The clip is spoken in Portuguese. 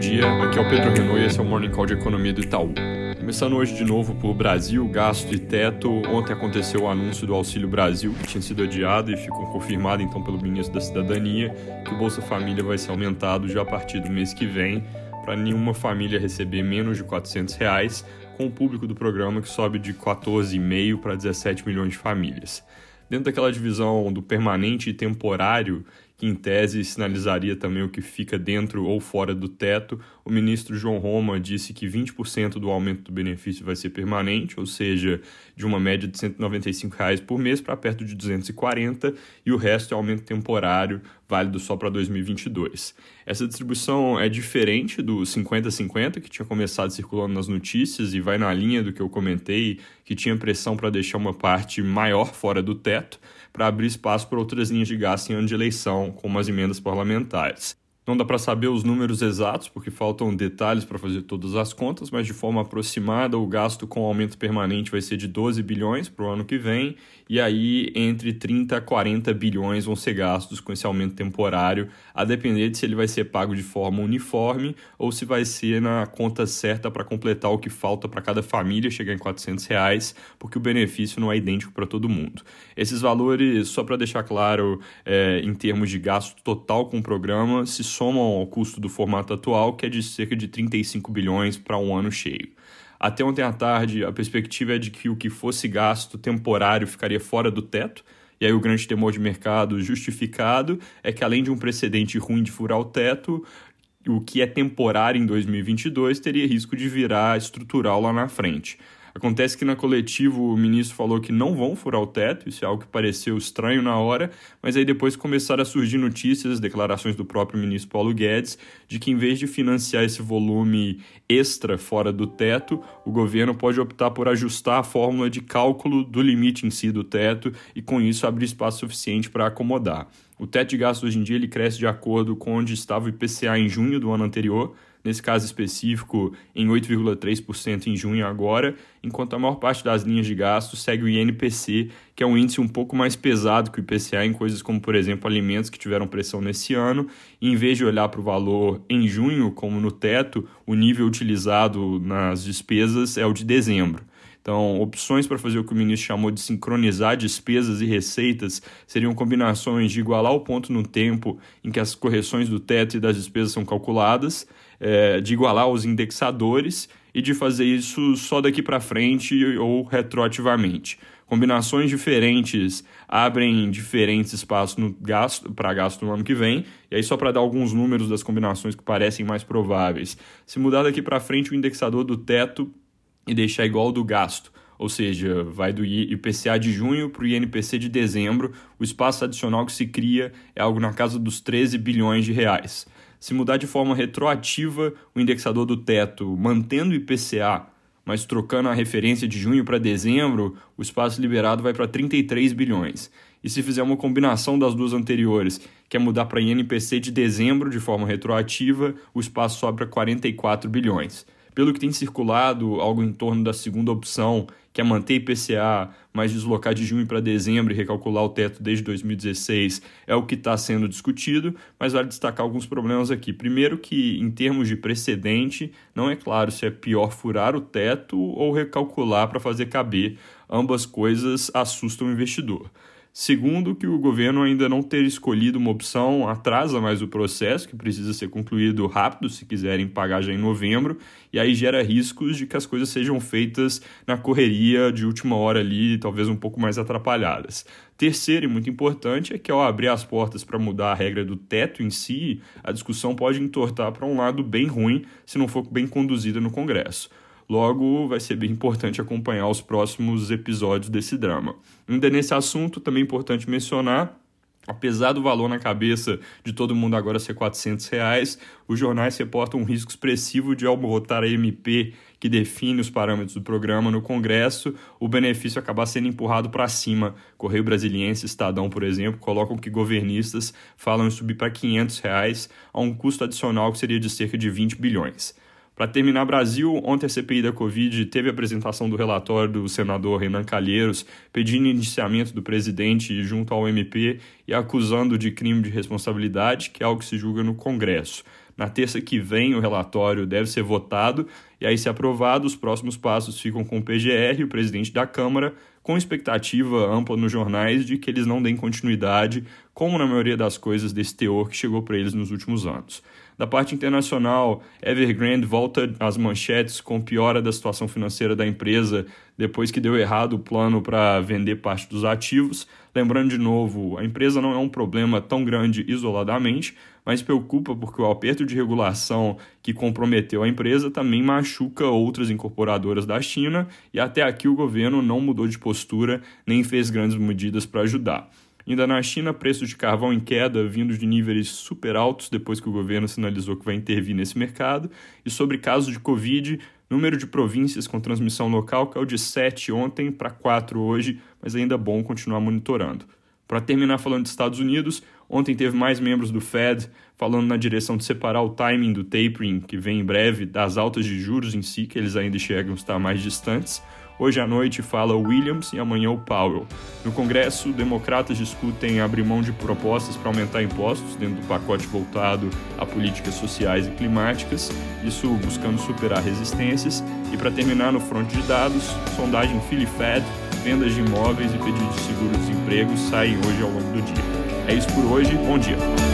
dia, aqui é o Pedro Renault e esse é o Morning Call de Economia do Itaú. Começando hoje de novo por Brasil, gasto e teto. Ontem aconteceu o anúncio do Auxílio Brasil, que tinha sido adiado e ficou confirmado então pelo ministro da Cidadania, que o Bolsa Família vai ser aumentado já a partir do mês que vem, para nenhuma família receber menos de R$ 400, com o público do programa que sobe de 14,5 para 17 milhões de famílias. Dentro daquela divisão do permanente e temporário, que em tese sinalizaria também o que fica dentro ou fora do teto, o ministro João Roma disse que 20% do aumento do benefício vai ser permanente, ou seja, de uma média de R$ 195 por mês para perto de 240, e o resto é aumento temporário, válido só para 2022. Essa distribuição é diferente do 50-50, que tinha começado circulando nas notícias e vai na linha do que eu comentei, que tinha pressão para deixar uma parte maior fora do teto, para abrir espaço para outras linhas de gasto em ano de eleição, como as emendas parlamentares. Não dá para saber os números exatos, porque faltam detalhes para fazer todas as contas, mas de forma aproximada o gasto com aumento permanente vai ser de 12 bilhões para o ano que vem, e aí entre 30 a 40 bilhões vão ser gastos com esse aumento temporário, a depender de se ele vai ser pago de forma uniforme ou se vai ser na conta certa para completar o que falta para cada família chegar em R$ 400, porque o benefício não é idêntico para todo mundo. Esses valores, só para deixar claro, em termos de gasto total com o programa, se somam ao custo do formato atual, que é de cerca de 35 bilhões para um ano cheio. Até ontem à tarde, a perspectiva é de que o que fosse gasto temporário ficaria fora do teto, e aí o grande temor de mercado justificado é que, além de um precedente ruim de furar o teto, o que é temporário em 2022 teria risco de virar estrutural lá na frente. Acontece que na coletiva o ministro falou que não vão furar o teto, isso é algo que pareceu estranho na hora, mas aí depois começaram a surgir notícias, declarações do próprio ministro Paulo Guedes, de que em vez de financiar esse volume extra fora do teto, o governo pode optar por ajustar a fórmula de cálculo do limite em si do teto e com isso abrir espaço suficiente para acomodar. O teto de gastos hoje em dia ele cresce de acordo com onde estava o IPCA em junho do ano anterior, nesse caso específico em 8,3% em junho agora, enquanto a maior parte das linhas de gasto segue o INPC, que é um índice um pouco mais pesado que o IPCA em coisas como, por exemplo, alimentos que tiveram pressão nesse ano, e em vez de olhar para o valor em junho, como no teto, o nível utilizado nas despesas é o de dezembro. Então, opções para fazer o que o ministro chamou de sincronizar despesas e receitas seriam combinações de igualar o ponto no tempo em que as correções do teto e das despesas são calculadas, de igualar os indexadores e de fazer isso só daqui para frente ou retroativamente. Combinações diferentes abrem diferentes espaços para gasto no ano que vem, e aí só para dar alguns números das combinações que parecem mais prováveis. Se mudar daqui para frente o indexador do teto e deixar igual ao do gasto, ou seja, vai do IPCA de junho para o INPC de dezembro, o espaço adicional que se cria é algo na casa dos 13 bilhões de reais. Se mudar de forma retroativa o indexador do teto, mantendo o IPCA, mas trocando a referência de junho para dezembro, o espaço liberado vai para 33 bilhões. E se fizer uma combinação das duas anteriores, que é mudar para INPC de dezembro de forma retroativa, o espaço sobe para 44 bilhões. Pelo que tem circulado, algo em torno da segunda opção, que é manter IPCA, mas deslocar de junho para dezembro e recalcular o teto desde 2016, é o que está sendo discutido, mas vale destacar alguns problemas aqui. Primeiro que, em termos de precedente, não é claro se é pior furar o teto ou recalcular para fazer caber. Ambas coisas assustam o investidor. Segundo, que o governo ainda não ter escolhido uma opção atrasa mais o processo, que precisa ser concluído rápido se quiserem pagar já em novembro, e aí gera riscos de que as coisas sejam feitas na correria de última hora ali, talvez um pouco mais atrapalhadas. Terceiro e muito importante é que ao abrir as portas para mudar a regra do teto em si, a discussão pode entortar para um lado bem ruim se não for bem conduzida no Congresso. Logo, vai ser bem importante acompanhar os próximos episódios desse drama. Ainda nesse assunto, também é importante mencionar, apesar do valor na cabeça de todo mundo agora ser R$ 400, os jornais reportam um risco expressivo de, ao votar a MP que define os parâmetros do programa no Congresso, o benefício acabar sendo empurrado para cima. Correio Brasiliense e Estadão, por exemplo, colocam que governistas falam em subir para R$ 500 a um custo adicional que seria de cerca de 20 bilhões. Para terminar, Brasil, ontem a CPI da Covid teve a apresentação do relatório do senador Renan Calheiros pedindo indiciamento do presidente junto ao MP e acusando de crime de responsabilidade, que é algo que se julga no Congresso. Na terça que vem, o relatório deve ser votado, e aí, se aprovado, os próximos passos ficam com o PGR, o presidente da Câmara, com expectativa ampla nos jornais de que eles não deem continuidade, como na maioria das coisas desse teor que chegou para eles nos últimos anos. Da parte internacional, Evergrande volta às manchetes com piora da situação financeira da empresa depois que deu errado o plano para vender parte dos ativos. Lembrando de novo, a empresa não é um problema tão grande isoladamente, mas preocupa porque o aperto de regulação que comprometeu a empresa também machuca outras incorporadoras da China e até aqui o governo não mudou de postura nem fez grandes medidas para ajudar. Ainda na China, preços de carvão em queda, vindo de níveis super altos depois que o governo sinalizou que vai intervir nesse mercado. E sobre casos de Covid, número de províncias com transmissão local caiu de 7 ontem para 4 hoje, mas ainda é bom continuar monitorando. Para terminar falando dos Estados Unidos, ontem teve mais membros do Fed falando na direção de separar o timing do tapering, que vem em breve, das altas de juros em si, que eles ainda chegam a estar mais distantes. Hoje à noite fala o Williams e amanhã o Powell. No Congresso, democratas discutem abrir mão de propostas para aumentar impostos dentro do pacote voltado a políticas sociais e climáticas, isso buscando superar resistências. E para terminar no front de dados, sondagem Philly Fed, vendas de imóveis e pedidos de seguro-desemprego saem hoje ao longo do dia. É isso por hoje, bom dia!